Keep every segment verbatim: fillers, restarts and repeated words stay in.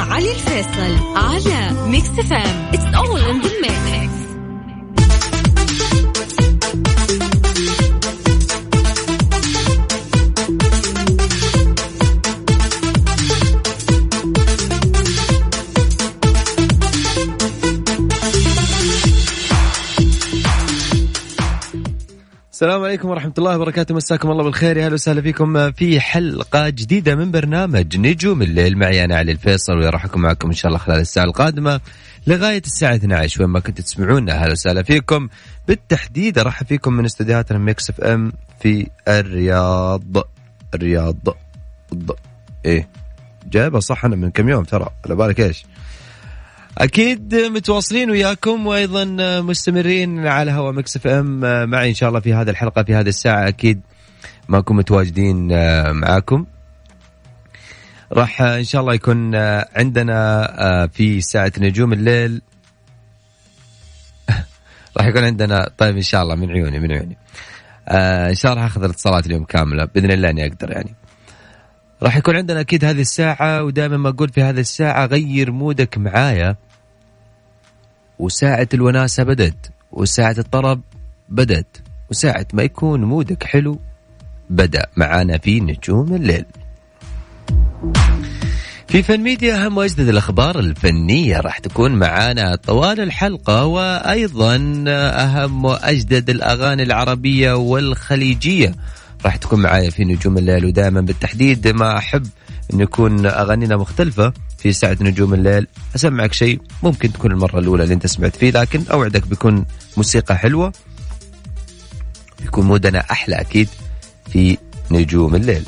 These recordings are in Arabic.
مع علي الفيصل على ميكس إف إم. It's all in the mix. السلام عليكم ورحمة الله وبركاته. مساكم الله بالخير، يا أهلا وسهلا فيكم في حلقة جديدة من برنامج نجوم الليل. معي أنا علي الفيصل، وراح أكون معكم إن شاء الله خلال الساعة القادمة لغاية الساعة اثنتي عشرة وين ما كنتوا تسمعونا. أهلا وسهلا فيكم. بالتحديد أرحب فيكم من استديوهاتنا ميكس إف إم في الرياض. الرياض ض... إيه جايبها صح أنا من كم يوم ترى، على بالك إيش. أكيد متواصلين وياكم وأيضا مستمرين على هوا ميكس إف إم معي إن شاء الله في هذه الحلقة في هذه الساعة. أكيد ماكم متواجدين معاكم. راح إن شاء الله يكون عندنا في ساعة نجوم الليل راح يكون عندنا طيب إن شاء الله من عيوني من عيوني إن شاء الله هاخذ الاتصالات اليوم كاملة بإذن الله أني أقدر. يعني راح يكون عندنا أكيد هذه الساعة، ودائما ما أقول في هذه الساعة غير مودك معايا. وساعة الوناسة بدت، وساعة الطرب بدت، وساعة ما يكون مودك حلو بدأ معانا في نجوم الليل. في فن ميديا أهم وأجدد الأخبار الفنية راح تكون معانا طوال الحلقة، وأيضا أهم وأجدد الأغاني العربية والخليجية راح تكون معايا في نجوم الليل. ودائما بالتحديد ما أحب أن يكون أغانينا مختلفة في ساعة نجوم الليل. أسمعك شيء ممكن تكون المرة الأولى اللي أنت سمعت فيه، لكن أوعدك بيكون موسيقى حلوة، بيكون مودنا أحلى أكيد في نجوم الليل.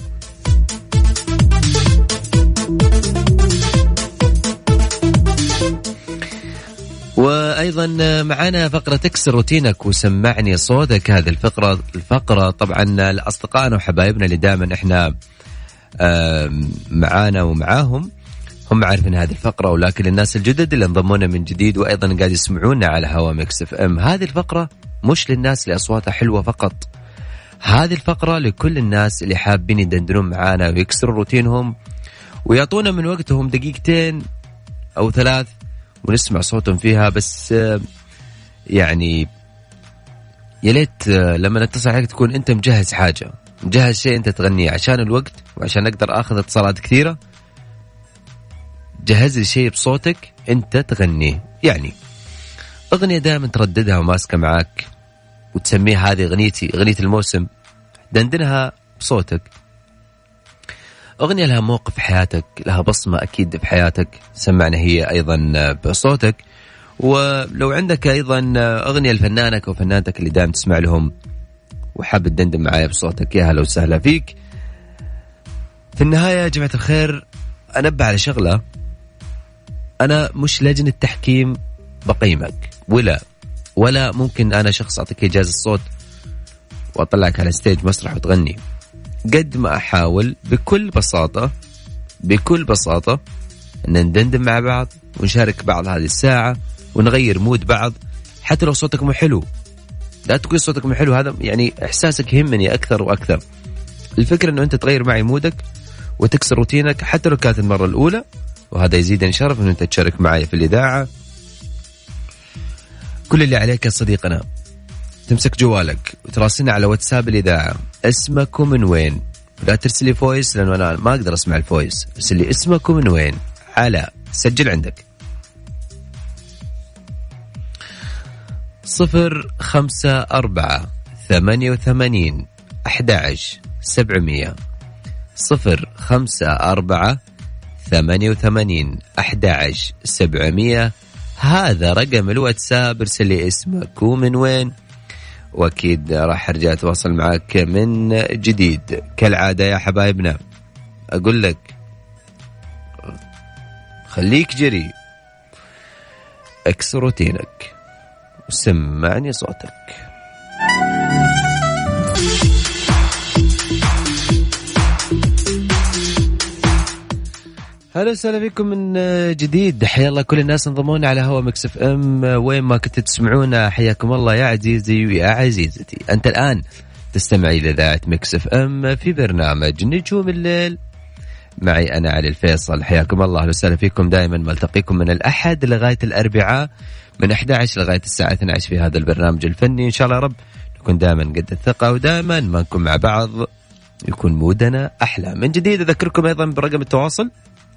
وأيضا معنا فقرة تكسر روتينك وسمعني صوتك. هذه الفقرة الفقرة طبعا لأصدقائنا وحبايبنا اللي دائما إحنا معانا ومعاهم هم عارفين هذه الفقرة، ولكن الناس الجدد اللي انضمونا من جديد وأيضا قاعد يسمعونا على هوا ميكس إف إم، هذه الفقرة مش للناس اللي أصواتها حلوة فقط. هذه الفقرة لكل الناس اللي حابين يدندنون معانا ويكسروا روتينهم ويعطونا من وقتهم دقيقتين أو ثلاث ونسمع صوتهم فيها. بس يعني يا ليت لما نتصل عليك تكون أنت مجهز حاجة، مجهز شيء أنت تغنيه عشان الوقت وعشان أقدر أخذ اتصالات كثيرة. جهز لي شيء بصوتك أنت تغنيه، يعني أغنية دائما ترددها وماسكة معاك وتسميها هذه أغنيتي، أغنية الموسم، دندنها بصوتك. أغنية لها موقف في حياتك، لها بصمة أكيد في حياتك، سمعنا هي أيضا بصوتك. ولو عندك أيضا أغنية لفنانك وفنانتك اللي دائما تسمع لهم وحاب تدندن معايا بصوتك، يا هلا وسهلا فيك. في النهاية يا جماعة الخير أنبه على شغلة، أنا مش لجنة تحكيم بقيمك ولا ولا ممكن أنا شخص أعطيك إجازة الصوت وأطلعك على ستيج مسرح وتغني. قد ما أحاول بكل بساطة بكل بساطة أن ندندن مع بعض ونشارك بعض هذه الساعة ونغير مود بعض. حتى لو صوتك مو حلو لا تقول صوتك مو حلو، هذا يعني إحساسك يهمني أكثر وأكثر. الفكرة أنه أنت تغير معي مودك وتكسر روتينك حتى لو كانت المرة الأولى، وهذا يزيدني شرف أنه أنت تشارك معي في الإذاعة. كل اللي عليك يا صديقنا تمسك جوالك وتراسلنا على واتساب الإذاعة، اسمك ومن وين. لا ترسلي فويس لأنه أنا ما أقدر أسمع الفويس، ارسلي اسمك ومن وين على سجل عندك صفر خمسة أربعة ثمانية وثمانين أحد عشر سبعمية صفر خمسة أربعة ثمانية وثمانين أحد عشر سبعمية. هذا رقم الواتساب، ارسلي اسمك ومن وين، وأكيد راح أرجع أتواصل معك من جديد كالعادة. يا حبايبنا أقول لك خليك جري، اكسر روتينك وسمعني صوتك. هلا وسهلا بكم من جديد. حيا الله كل الناس انضمونا على هوا ميكس إف إم وين ما كنتوا تسمعونا، حياكم الله يا عزيزي ويا عزيزتي. أنت الآن تستمعي لإذاعة ميكس إف إم في برنامج نجوم الليل. معي أنا علي الفيصل. حياكم الله، أهلا وسهلا فيكم. دائما ملتقيكم من الأحد لغاية الأربعاء من أحد عشر لغاية الساعة اثنتي عشرة في هذا البرنامج الفني. إن شاء الله يا رب نكون دائما قد الثقة، ودائما ما نكون مع بعض يكون مودنا أحلى. من جديد أذكركم أيضا برقم التواصل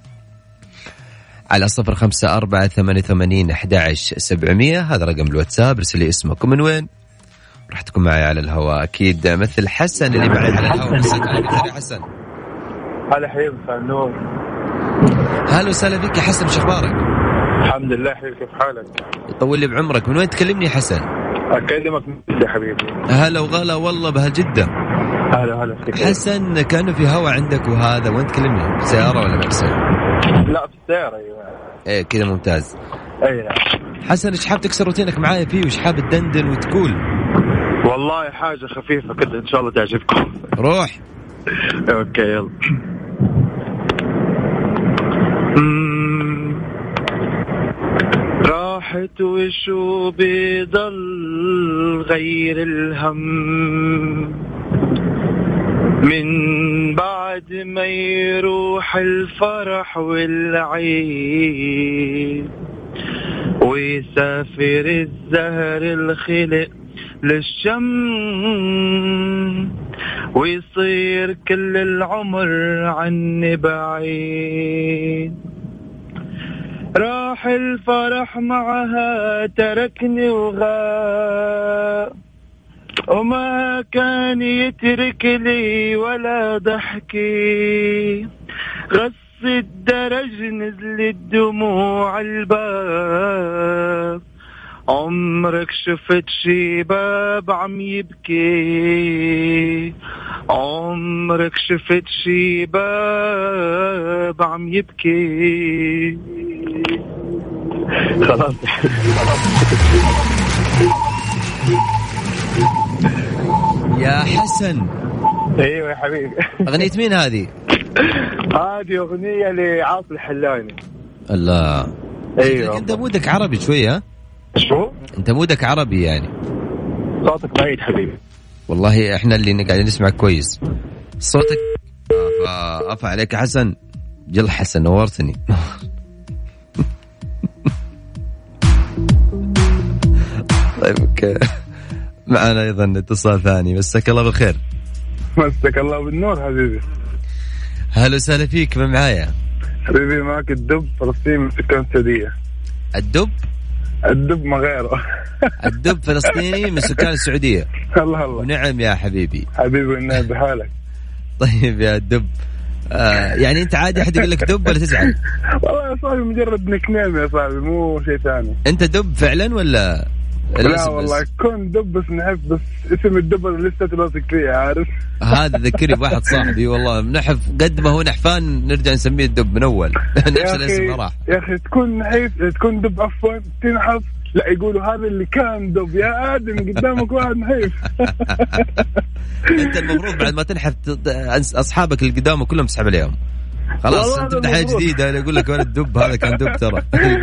على صفر خمسة أربعة ثمانية ثمانين أحد عشر سبعمية، هذا رقم الواتساب. ارسل لي اسمكم من وين راح تكون معي على الهواء. أكيد مثل حسن اللي معي على الهواء. مساك عليك يا حسن. هلا حبيبي فنور. هلا وسهلا فيك يا حسن، شو اخبارك؟ الحمد لله حبيبي، كيف حالك؟ يطول لي بعمرك. من وين تكلمني يا حسن؟ اكلمك من جدة حبيبي. هلا وغلا والله بهالجدة. هلا هلا فيك حسن. كانوا في هوا عندك وهذا، وين تكلمني؟ سيارة ولا مكسر؟ لا في السيارة. ايوه ايه كذا ممتاز. اي نعم. حسن ايش حاب تكسر روتينك معايا فيه وش حاب تدندن وتقول؟ والله حاجة خفيفة كده ان شاء الله تعجبكم. روح. اوكي يلا. راحت وشو بيضل غير الهم من بعد ما يروح الفرح والعيد ويسافر الزهر الخلق للشم ويصير كل العمر عني بعيد. راح الفرح معها تركني وغاب وما كان يترك لي ولا ضحكي. غص الدرج نزلت دموع الباب. عمرك شفت شباب عم يبكي؟ عمرك شفت شباب عم يبكي؟ خلاص. يا حسن. ايوه يا حبيبي. اغنية مين هذه؟ هذه اغنية لعاصي الحلاني. الله. ايوه انت مودك عربي شوية ها؟ شو؟ انت مودك عربي يعني. صوتك بعيد حبيبي. والله احنا اللي قاعدين نسمع كويس صوتك. افا عليك حسن. يلا حسن نورتني. طيب اوكي. معنا ايضا اتصال ثاني. مساك الله بالخير. مساك الله بالنور حبيبي. هلا وسهلا فيك. من معايا حبيبي؟ معك الدب فلسطيني من سكان السعودية. الدب؟ الدب ما غيره. الدب فلسطيني من سكان السعودية. الله الله. ونعم يا حبيبي. حبيبي والنعم بحالك. طيب يا الدب آه يعني انت عادي احد يقول لك دب ولا تزعل؟ والله يا صاحبي مجرد نكنيم يا صاحبي، مو شيء ثاني. انت دب فعلا ولا؟ لا والله كون دب بس نحف، بس اسم الدب اللي لسه تلاصق فيه عارف. هذا ذكرني بواحد صاحبي والله نحف قد ما هو نحفان نرجع نسميه الدب من اول. نفس الاسم ما راح. يا اخي تكون نحيف تكون دب عفوا تنحف، لا يقولوا هذا اللي كان دب يا ادم قدامك واحد نحيف. انت المفروض بعد ما تنحف اصحابك اللي قدامك كلهم تسحب عليهم. خلاص انت تبدا حاجه جديده يقول لك ولا الدب هذا كان دب ترى.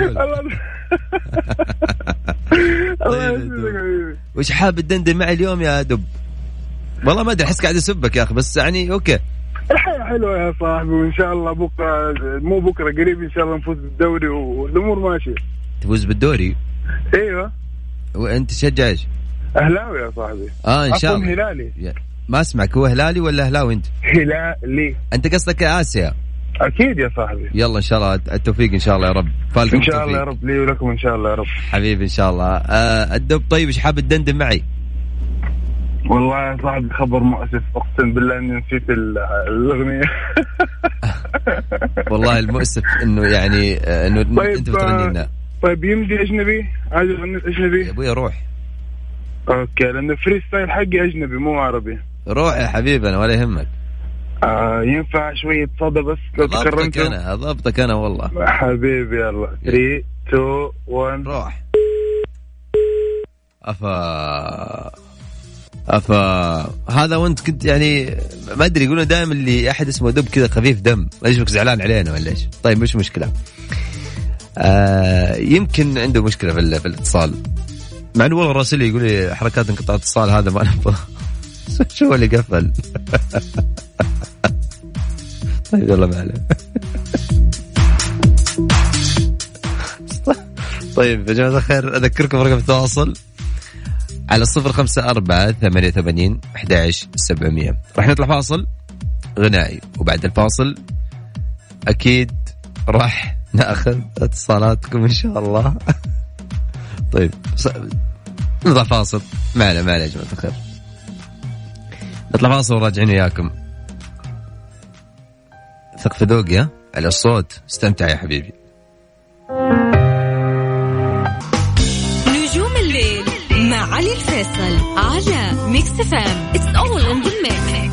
وش حاب تدندن معي اليوم يا دب؟ والله ما ادري احس قاعد اسبك يا اخي بس يعني اوكي. الحياه حلوه يا صاحبي وان شاء الله بكره مو بكره قريب ان شاء الله نفوز بالدوري والامور ماشيه. تفوز بالدوري؟ ايوه. وانت تشجع ايش؟ اهلاوي يا صاحبي. اه ان شاء الله. هلالي. ما اسمعك. هو هلالي ولا اهلاوي انت؟ هلالي. انت قصدك اسيا؟ اكيد يا صاحبي. يلا ان شاء الله التوفيق ان شاء الله يا رب. ان شاء الله يا رب لي ولكم ان شاء الله يا رب حبيبي ان شاء الله. آه الدب طيب ايش حاب تدندن معي؟ والله يا صاحبي خبر مؤسف اقسم بالله اني نسيت الاغنيه. والله المؤسف انه يعني انه طيب انت بتغني لنا. طيب يمدي اجنبي؟ عايز اغني اجنبي يا ابوي. روح. اوكي لان الفري ستايل حقي اجنبي مو عربي. روح يا حبيبي انا ولا يهمك. آه ينفع شوية صدى بس لو تكرمت. أنا أضبطك أنا والله حبيبي. يلا ثلاثة اثنين واحد روح. أفا أفا هذا وأنت كنت يعني ما أدري يقولون دائما اللي أحد اسمه دب كذا خفيف دم. ليش بك زعلان علينا ولا إيش؟ طيب مش مشكلة. آه يمكن عنده مشكلة في, في الاتصال مع إنه والله راسل يقول لي حركات انقطاع اتصال هذا ما نبغى. شو اللي قفل؟ طيب يلا معنا. طيب يا جماعة الخير أذكركم رقم التواصل على صفر خمسة أربعة ثمانية ثمانين أحد عشر سبعمية. راح نطلع فاصل غنائي وبعد الفاصل أكيد راح نأخذ اتصالاتكم إن شاء الله. طيب نطلع فاصل معنا معنا يا جماعة الخير. نطلع فاصل وراجعين وياكم. ثق في ذوقي على الصوت. استمتع يا حبيبي. نجوم الليل مع علي الفيصل على ميكس إف إم. It's all in the mix.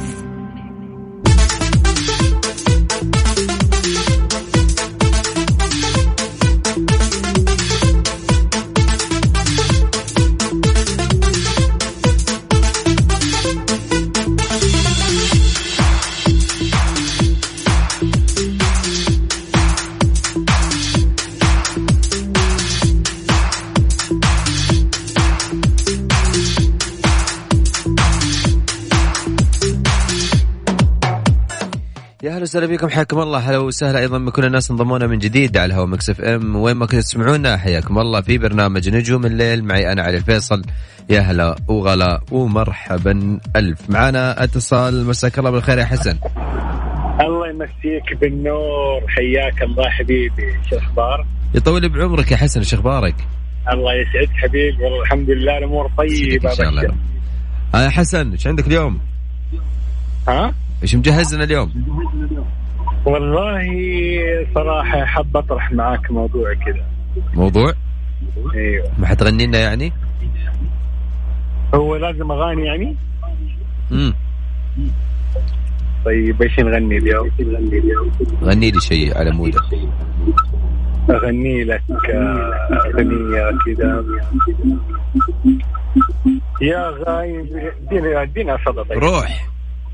يا هلا وسهلا بكم حياكم الله. هلا وسهلا ايضا بكل الناس انضمونا من جديد على هوا ميكس إف إم وين ما كنتوا تسمعونا. حياكم الله في برنامج نجوم الليل معي انا علي الفيصل. يا هلا وغلا ومرحبا الف. معنا اتصال. مساك الله بالخير يا حسن. الله يمسيك بالنور. حياك الله حبيبي. شو اخبارك؟ يطول بعمرك يا حسن. شو اخبارك؟ الله يسعدك حبيبي. والله الحمد لله الامور طيبه ان شاء الله. ها يا حسن ايش عندك اليوم؟ ها ايش مجهز لنا اليوم؟ والله صراحه حاب اطرح معاك موضوع كذا. موضوع؟ ايوه. ما حتغني لنا يعني؟ هو لازم اغاني يعني؟ امم طيب ايش نغني اليوم؟ غني لي شيء على مودك. اغني لك اغنيه كذا يا غايب. ادينا ادينا صدى. طيب روح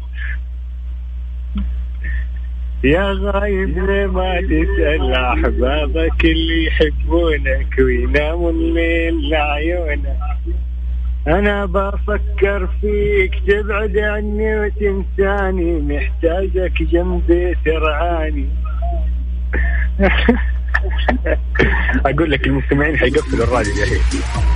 يا غايب ما تسأل أحبابك اللي يحبونك ويناموا الليل لعيونك. أنا بفكر فيك تبعد عني وتنساني محتاجك جنبي ترعاني. أقول لك المستمعين حيقفلوا الراديو يا هي.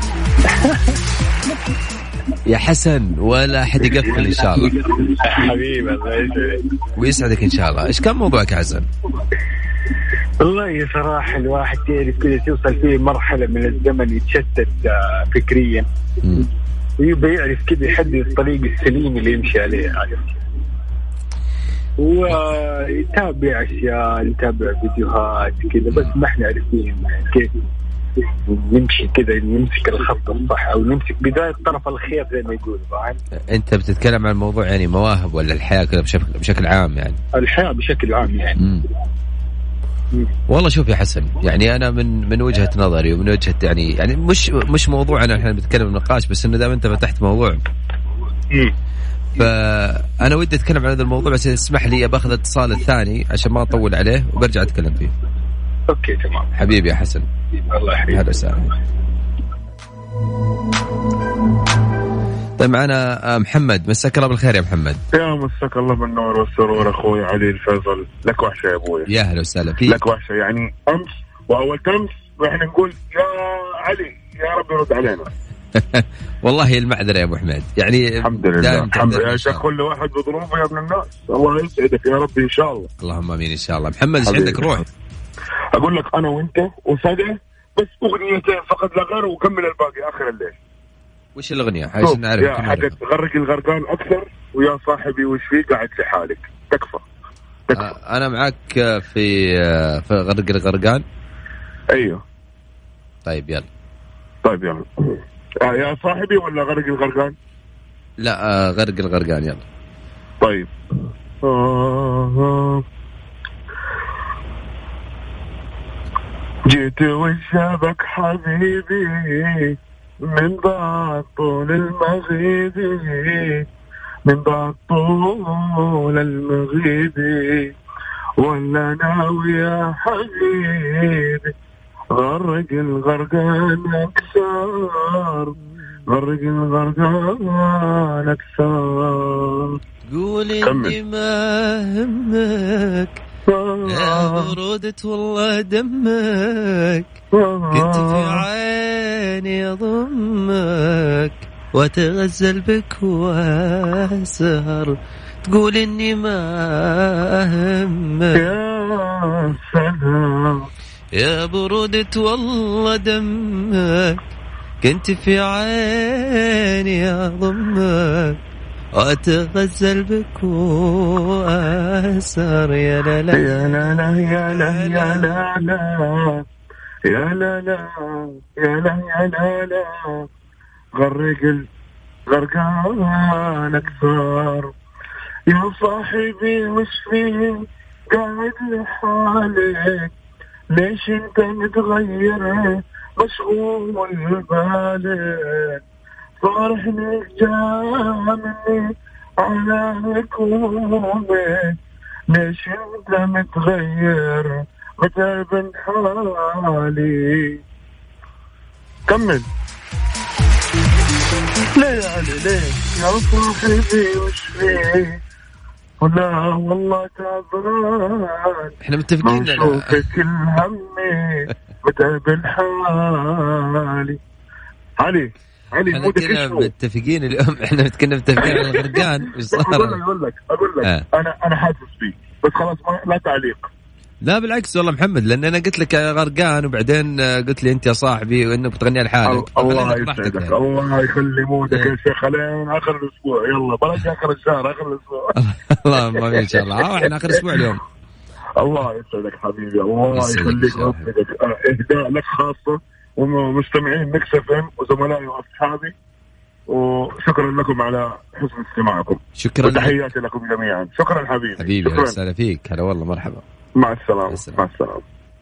يا حسن ولا أحد يقفل إن شاء الله حبيبي. الله يسعدك ويسعدك إن شاء الله. إيش كان موضوعك يا حسن؟ والله صراحة الواحد تعرف كذا توصل فيه مرحلة من الزمن يتشتت فكريا ويبقى يعرف كذا يحدد الطريق السليم اللي يمشي عليه. ويتابع أشياء يتابع فيديوهات كذا بس ما احنا عارفين كيف نمشي كذا نمسك الخط الصح أو نمسك بداية طرف الخيط زي ما يقول. أنت بتتكلم عن الموضوع يعني مواهب ولا الحياة كذا بشكل بشكل عام يعني؟ الحياة بشكل عام يعني. مم. مم. والله شوف يا حسن يعني أنا من من وجهة نظري ومن وجهة يعني يعني مش مش موضوعنا إحنا بنتكلم النقاش بس إنه دام أنت فتحت موضوع. مم. فأنا ودي أتكلم عن هذا الموضوع بس اسمح لي باخذ الاتصال الثاني عشان ما أطول عليه وبرجع أتكلم فيه. أوكي تمام حبيبي يا حسن. الله يحييك. هذا سهل. طيب معنا محمد. مساك الله بالخير يا محمد. يا مساك الله بالنور والسرور أخوي علي الفيصل. لك وحشة يا أبوي. يا هلا وسهلا فيك. لك وحشة يعني أمس وأول تمس وإحنا نقول يا علي يا رب يرد علينا. والله المعذرة يا أبو حميد يعني الحمد لله الحمد لله. يا شيخ كل واحد بظروفه يا ابن الناس. الله يسعدك يا رب إن شاء الله. اللهم آمين إن شاء الله. محمد إيش عندك؟ روح. أقول لك أنا وأنت وصدى بس أغنيتين فقط لا غير وكمل الباقي آخر الليل. وش الأغنية؟ عايزين نعرف. يا حاجة غرق الغرقان أكثر ويا صاحبي وش فيه قاعد لحالك. تكفى. تكفى. آه أنا معك في آه في غرق الغرقان. أيوه. طيب يلا. طيب يلا. آه يا صاحبي ولا غرق الغرقان؟ لا آه غرق الغرقان يلا. طيب. آه جيت وشابك حبيبي من بعد طول المغيب من بعد طول المغيب ولا ناوي يا حبيبي غرق الغرقان أكثر غرق الغرقان أكثر. تقول إني ما همك يا برودة والله دمك كنت في عيني أضمك وأتغزل بك وأسهر تقول إني ما همك يا سلام يا برودة والله دمك كنت في عيني أضمك وأتغزل بك وأسهر يا لا لا يا لا لا يا لا يا لا لا يا لا لا يا لا يا لا لا غرق الغرقان أكثر يا صاحبي وش فيه قاعد لحالك ليش انت متغير مشغول بالك فرحني جامني على كونك ليش انت متغير متعب حالي. كمل. ليه علي ليه يا صاحبي وش فيه ولا والله تعبان احنا متفقين شوفك الهمي متعب حالي. علي علي احنا كنا متفقين اليوم احنا كنا متفقين على الغرقان ايش صار؟ اقول لك اقول لك آه. انا انا حاسس فيك بس خلاص لا تعليق. لا بالعكس والله محمد لان انا قلت لك غرقان وبعدين قلت لي انت يا صاحبي وانك بتغني لحالك. الله يسعدك يعني. الله يخلي مودك يا شيخ لين اخر الاسبوع يلا بلاش اخر الشهر اخر الاسبوع. الله ان شاء الله احنا اخر اسبوع اليوم. الله يسعدك حبيبي الله يخليك ويوفقك. اهداء لك خاصه ومستمعين ميكس اف ام وزملائي واصحابي وشكرا لكم على حسن استماعكم. شكرا وتحياتي لكم جميعا. شكرا حبيبي. حبيبي اهلا وسهلا فيك. هلا والله مرحبا. مع السلامة. السلام. مع السلامة.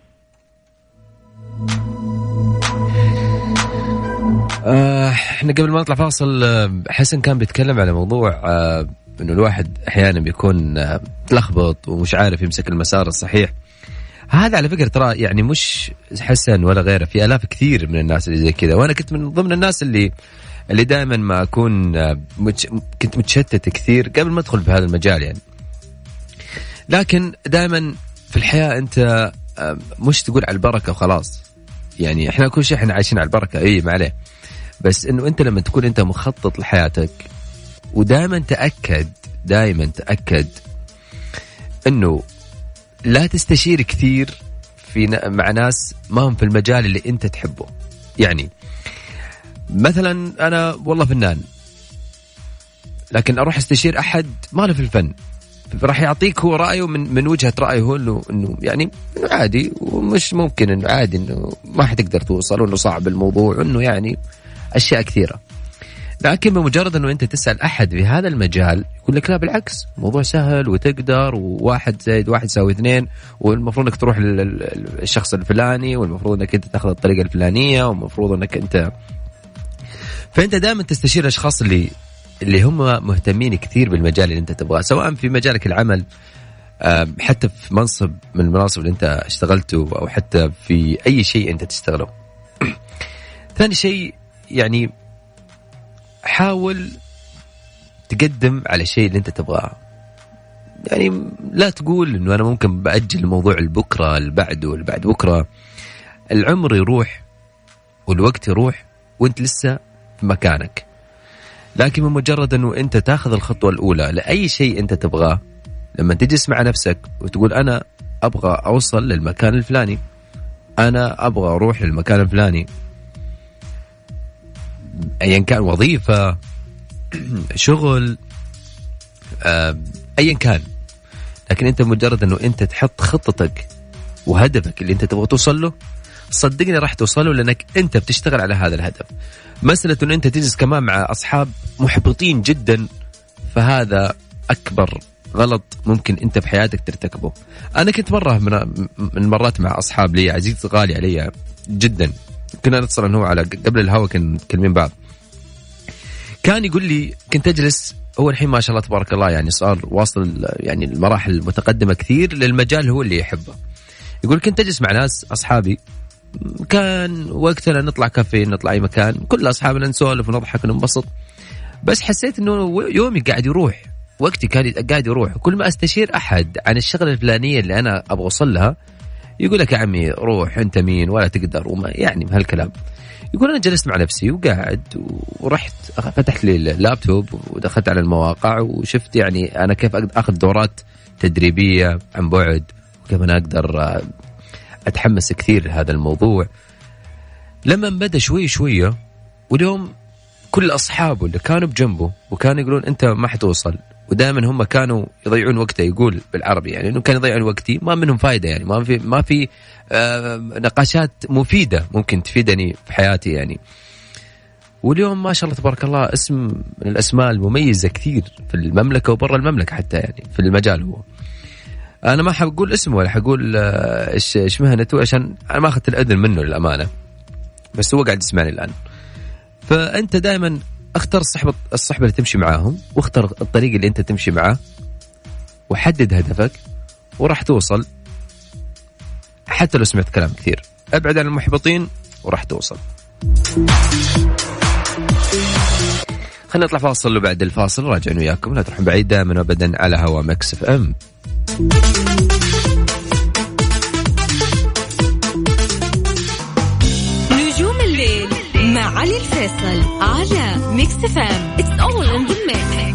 آه، احنا قبل ما نطلع فاصل حسن كان بيتكلم على موضوع آه، انه الواحد احيانا بيكون آه، تلخبط ومش عارف يمسك المسار الصحيح. هذا على فكرة ترى يعني مش حسن ولا غيره، في آلاف كثير من الناس اللي زي كذا، وانا كنت من ضمن الناس اللي اللي دائما ما اكون آه، متش... كنت متشتت كثير قبل ما ادخل بهذا المجال يعني. لكن دائما في الحياة أنت مش تقول على البركة وخلاص، يعني إحنا كل شيء إحنا عايشين على البركة إيه ما عليه، بس إنه أنت لما تكون أنت مخطط لحياتك ودائما تأكد دائما تأكد إنه لا تستشير كثير في مع ناس ما هم في المجال اللي أنت تحبه. يعني مثلا أنا والله فنان لكن أروح استشير أحد ما له في الفن، راح يعطيك هو رأيه من من وجهة رأيه هو إنه إنه يعني إنه عادي ومش ممكن إنه عادي إنه ما حتقدر توصل وإنه صعب الموضوع وإنه يعني أشياء كثيرة. لكن بمجرد إنه أنت تسأل أحد في هذا المجال يقول لك لا بالعكس موضوع سهل وتقدر وواحد زائد واحد يساوي اثنين والمفروض إنك تروح للشخص الفلاني والمفروض إنك أنت تأخذ الطريقة الفلانية والمفروض إنك أنت. فأنت دائما تستشير الأشخاص اللي اللي هم مهتمين كثير بالمجال اللي انت تبغاه، سواء في مجالك العمل حتى في منصب من المناصب اللي انت اشتغلته او حتى في اي شيء انت تشتغله. ثاني شيء يعني حاول تقدم على الشيء اللي انت تبغاه، يعني لا تقول انه انا ممكن بأجل الموضوع لبكره لبعده لبعد بكره. العمر يروح والوقت يروح وانت لسه في مكانك، لكن بمجرد أنه أنت تأخذ الخطوة الأولى لأي شيء أنت تبغاه، لما تجلس مع نفسك وتقول أنا أبغى أوصل للمكان الفلاني، أنا أبغى أروح للمكان الفلاني، أيا كان وظيفة شغل أيا كان، لكن أنت مجرد أنه أنت تحط خطتك وهدفك اللي أنت تبغى توصل له، صدقني راح توصله لأنك أنت بتشتغل على هذا الهدف. مسألة أن أنت تجلس كمان مع أصحاب محبطين جدا، فهذا أكبر غلط ممكن أنت في حياتك ترتكبه. أنا كنت مرة من المرات مع أصحاب لي عزيز غالي علي جدا، كنا نتصل أنه على قبل الهوا كنا نتكلمين بعض، كان يقول لي كنت أجلس هو الحين ما شاء الله تبارك الله يعني صار واصل يعني المراحل المتقدمة كثير للمجال هو اللي يحبه. يقول كنت أجلس مع ناس أصحابي كان وقتنا نطلع كافيه نطلع أي مكان كل أصحابنا نسولف ونضحك وننبسط، بس حسيت إنه يومي قاعد يروح وقتي كان قاعد يروح. كل ما استشير احد عن الشغله الفلانيه اللي انا ابغى اوصل لها يقول لك يا عمي روح انت مين ولا تقدر وما يعني بهالكلام. يقول انا جلست مع نفسي وقاعد ورحت فتحت لي اللابتوب ودخلت على المواقع وشفت يعني انا كيف اخذ دورات تدريبيه عن بعد وكيف انا اقدر اتحمس كثير لهذا الموضوع. لما بدا شوي شويه واليوم كل اصحابه اللي كانوا بجنبه وكانوا يقولون انت ما حتوصل، ودائما هم كانوا يضيعون وقته، يقول بالعربي يعني انه كانوا يضيعون وقتي ما منهم فايده، يعني ما في ما في آه نقاشات مفيده ممكن تفيدني في حياتي يعني. واليوم ما شاء الله تبارك الله اسم من الاسماء المميزه كثير في المملكه وبرا المملكه حتى يعني في المجال. هو انا ما حقول اسمه ولا حقول ايش ايش مهنته عشان انا ما اخذت الاذن منه للامانه، بس هو قاعد يسمعني الان. فانت دائما اختر الصحبه الصحبه اللي تمشي معاهم، واختر الطريق اللي انت تمشي معاه، وحدد هدفك وراح توصل. حتى لو سمعت كلام كثير ابعد عن المحبطين وراح توصل. خلينا نطلع فاصل وبعد الفاصل راجعين وياكم، لا تروحون بعيد، دائما وابدا على هوا ميكس اف ام. نجوم الليل مع علي الفيصل على ميكس اف ام. It's all in the mix.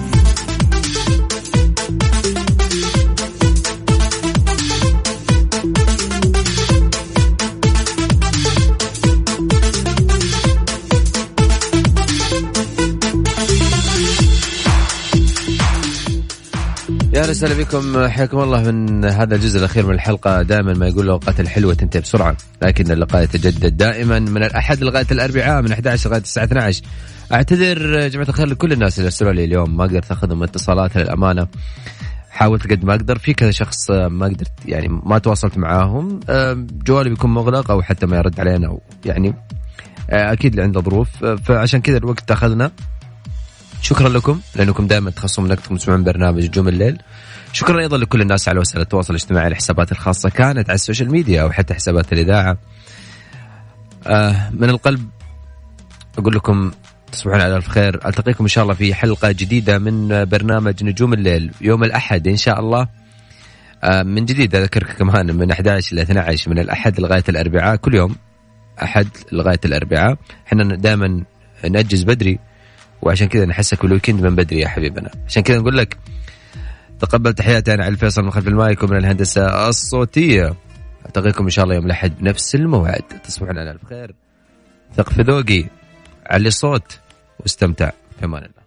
يا رسالة بكم، حياكم الله من هذا الجزء الأخير من الحلقة. دائما ما يقول الأوقات الحلوة تنتهي بسرعة، لكن اللقاء يتجدد دائما من الأحد لغاية الأربعاء من أحد عشر لغاية الساعة اثنتي عشرة. أعتذر جماعة الخير لكل الناس اللي ارسلوا لي اليوم، ما قدرت أخذهم اتصالات للأمانة. حاولت قد ما أقدر، في كذا شخص ما قدرت يعني ما تواصلت معاهم، جوالي بيكون مغلق أو حتى ما يرد علينا، أو يعني أكيد اللي عنده ظروف، فعشان كذا الوقت أخذنا. شكرا لكم لأنكم دائما تخصصون انكم تسمعون برنامج نجوم الليل. شكرا أيضا لكل الناس على وسائل التواصل الاجتماعي، الحسابات الخاصة كانت على السوشيال ميديا أو حتى حسابات الإذاعة. آه من القلب أقول لكم تصبحون على ألف خير. ألتقيكم إن شاء الله في حلقة جديدة من برنامج نجوم الليل يوم الأحد إن شاء الله. آه من جديد أذكرك كمان من أحد عشر إلى اثنتي عشرة من الأحد لغاية الأربعاء، كل يوم أحد لغاية الأربعاء. إحنا دائما نأجز بدري، وعشان كذا نحسك بالويكند من بدري يا حبيبنا. عشان كذا نقول لك تقبل تحياتي أنا علي الفيصل من خلف المايك ومن الهندسة الصوتية. ألتقيكم إن شاء الله يوم الأحد بنفس الموعد. تصبحون على ألف خير. ثق في ذوقي، علي الصوت واستمتع في أمان الله.